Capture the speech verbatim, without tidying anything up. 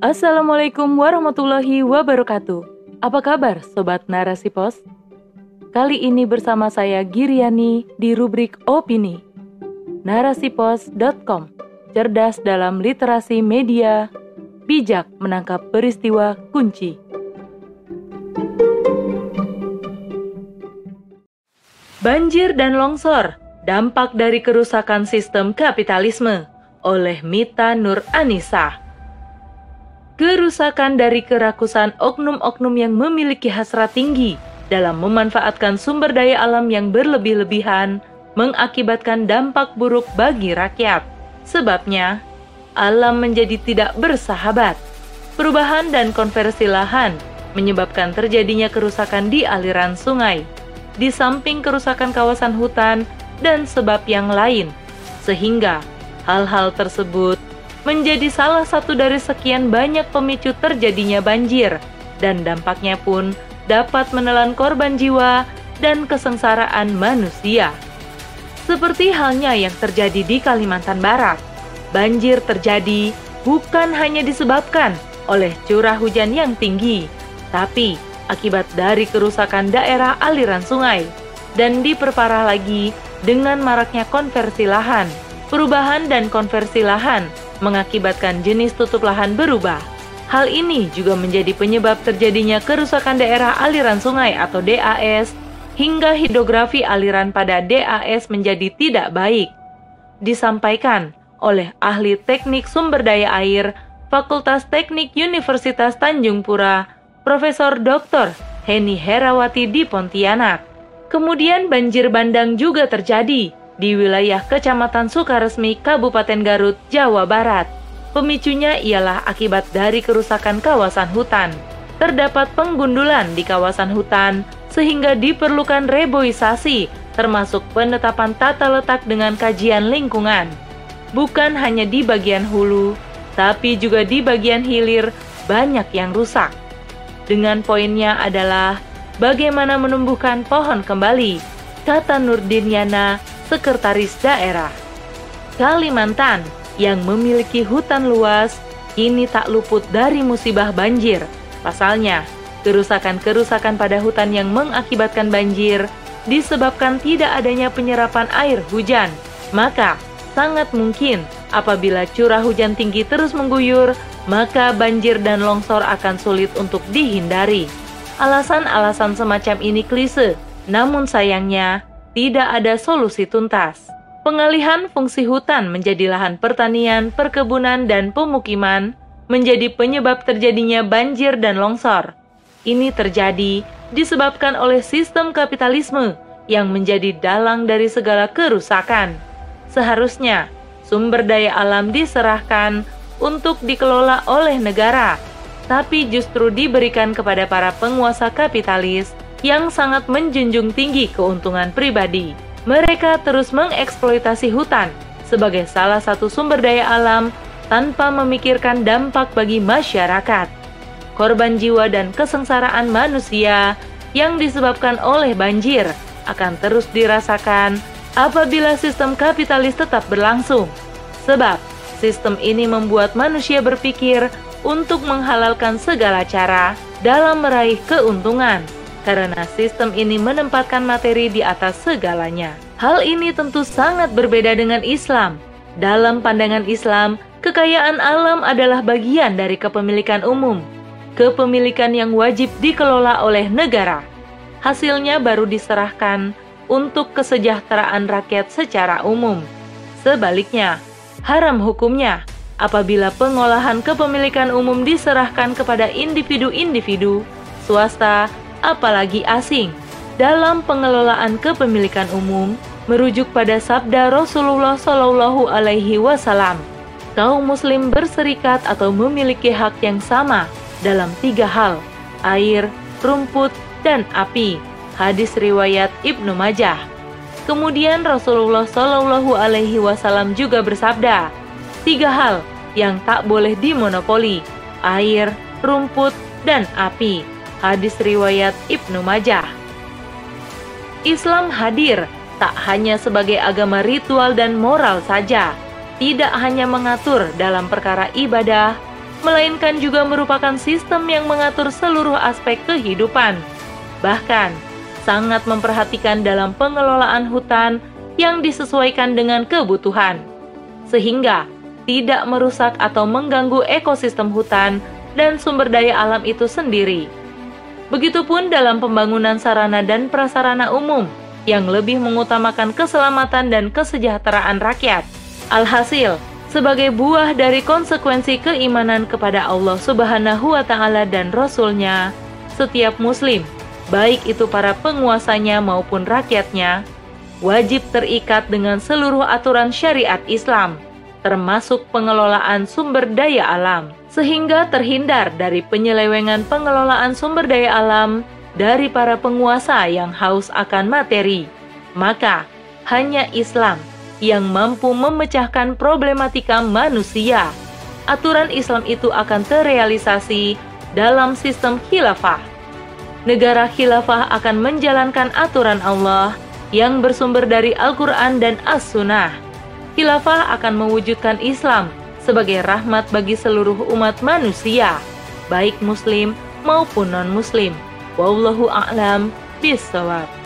Assalamualaikum warahmatullahi wabarakatuh. Apa kabar Sobat Narasi Pos? Kali ini bersama saya Giriani di rubrik Opini. narasipos dot com, cerdas dalam literasi media, bijak menangkap peristiwa kunci. Banjir dan longsor, dampak dari kerusakan sistem kapitalisme, oleh Mita Nur Anissa. Kerusakan dari kerakusan oknum-oknum yang memiliki hasrat tinggi dalam memanfaatkan sumber daya alam yang berlebih-lebihan mengakibatkan dampak buruk bagi rakyat. Sebabnya, alam menjadi tidak bersahabat. Perubahan dan konversi lahan menyebabkan terjadinya kerusakan di aliran sungai, di samping kerusakan kawasan hutan dan sebab yang lain, sehingga hal-hal tersebut menjadi salah satu dari sekian banyak pemicu terjadinya banjir, dan dampaknya pun dapat menelan korban jiwa dan kesengsaraan manusia. Seperti halnya yang terjadi di Kalimantan Barat, banjir terjadi bukan hanya disebabkan oleh curah hujan yang tinggi, tapi akibat dari kerusakan daerah aliran sungai, dan diperparah lagi dengan maraknya konversi lahan. Perubahan dan konversi lahan mengakibatkan jenis tutup lahan berubah. Hal ini juga menjadi penyebab terjadinya kerusakan daerah aliran sungai atau D A S, hingga hidrografi aliran pada D A S menjadi tidak baik. Disampaikan oleh ahli teknik sumber daya air Fakultas Teknik Universitas Tanjung Pura, Profesor Doktor Heni Herawati di Pontianak. Kemudian banjir bandang juga terjadi di wilayah Kecamatan Sukaresmi, Kabupaten Garut, Jawa Barat. Pemicunya ialah akibat dari kerusakan kawasan hutan. Terdapat penggundulan di kawasan hutan, sehingga diperlukan reboisasi, termasuk penetapan tata letak dengan kajian lingkungan. Bukan hanya di bagian hulu, tapi juga di bagian hilir banyak yang rusak. Dengan poinnya adalah bagaimana menumbuhkan pohon kembali, kata Nurdin Yana, Sekretaris Daerah. Kalimantan yang memiliki hutan luas kini tak luput dari musibah banjir. Pasalnya, kerusakan-kerusakan pada hutan yang mengakibatkan banjir disebabkan tidak adanya penyerapan air hujan. Maka, sangat mungkin apabila curah hujan tinggi terus mengguyur, maka banjir dan longsor akan sulit untuk dihindari. Alasan-alasan semacam ini klise, namun sayangnya tidak ada solusi tuntas. Pengalihan fungsi hutan menjadi lahan pertanian, perkebunan, dan pemukiman menjadi penyebab terjadinya banjir dan longsor. Ini terjadi disebabkan oleh sistem kapitalisme yang menjadi dalang dari segala kerusakan. Seharusnya sumber daya alam diserahkan untuk dikelola oleh negara, tapi justru diberikan kepada para penguasa kapitalis yang sangat menjunjung tinggi keuntungan pribadi. Mereka terus mengeksploitasi hutan sebagai salah satu sumber daya alam tanpa memikirkan dampak bagi masyarakat. Korban jiwa dan kesengsaraan manusia yang disebabkan oleh banjir akan terus dirasakan apabila sistem kapitalis tetap berlangsung. Sebab sistem ini membuat manusia berpikir untuk menghalalkan segala cara dalam meraih keuntungan, karena sistem ini menempatkan materi di atas segalanya. Hal ini tentu sangat berbeda dengan Islam. Dalam pandangan Islam, kekayaan alam adalah bagian dari kepemilikan umum, kepemilikan yang wajib dikelola oleh negara. Hasilnya baru diserahkan untuk kesejahteraan rakyat secara umum. Sebaliknya, haram hukumnya apabila pengolahan kepemilikan umum diserahkan kepada individu-individu, swasta, apalagi asing. Dalam pengelolaan kepemilikan umum, merujuk pada sabda Rasulullah Shallallahu Alaihi Wasallam, kaum muslim berserikat atau memiliki hak yang sama dalam tiga hal: air, rumput, dan api. Hadis riwayat Ibnu Majah. Kemudian Rasulullah Shallallahu Alaihi Wasallam juga bersabda, tiga hal yang tak boleh dimonopoli: air, rumput, dan api. Hadis riwayat Ibnu Majah. Islam hadir tak hanya sebagai agama ritual dan moral saja, tidak hanya mengatur dalam perkara ibadah, melainkan juga merupakan sistem yang mengatur seluruh aspek kehidupan. Bahkan, sangat memperhatikan dalam pengelolaan hutan yang disesuaikan dengan kebutuhan, sehingga tidak merusak atau mengganggu ekosistem hutan dan sumber daya alam itu sendiri. Begitupun dalam pembangunan sarana dan prasarana umum yang lebih mengutamakan keselamatan dan kesejahteraan rakyat. Alhasil, sebagai buah dari konsekuensi keimanan kepada Allah Subhanahu wa Ta'ala dan Rasul-Nya, setiap Muslim, baik itu para penguasanya maupun rakyatnya, wajib terikat dengan seluruh aturan syariat Islam, termasuk pengelolaan sumber daya alam, sehingga terhindar dari penyelewengan pengelolaan sumber daya alam dari para penguasa yang haus akan materi. Maka, hanya Islam yang mampu memecahkan problematika manusia. Aturan Islam itu akan terrealisasi dalam sistem khilafah. Negara khilafah akan menjalankan aturan Allah yang bersumber dari Al-Quran dan As-Sunnah. Khilafah akan mewujudkan Islam sebagai rahmat bagi seluruh umat manusia, baik Muslim maupun non-Muslim. Wallahu a'lam bishawab.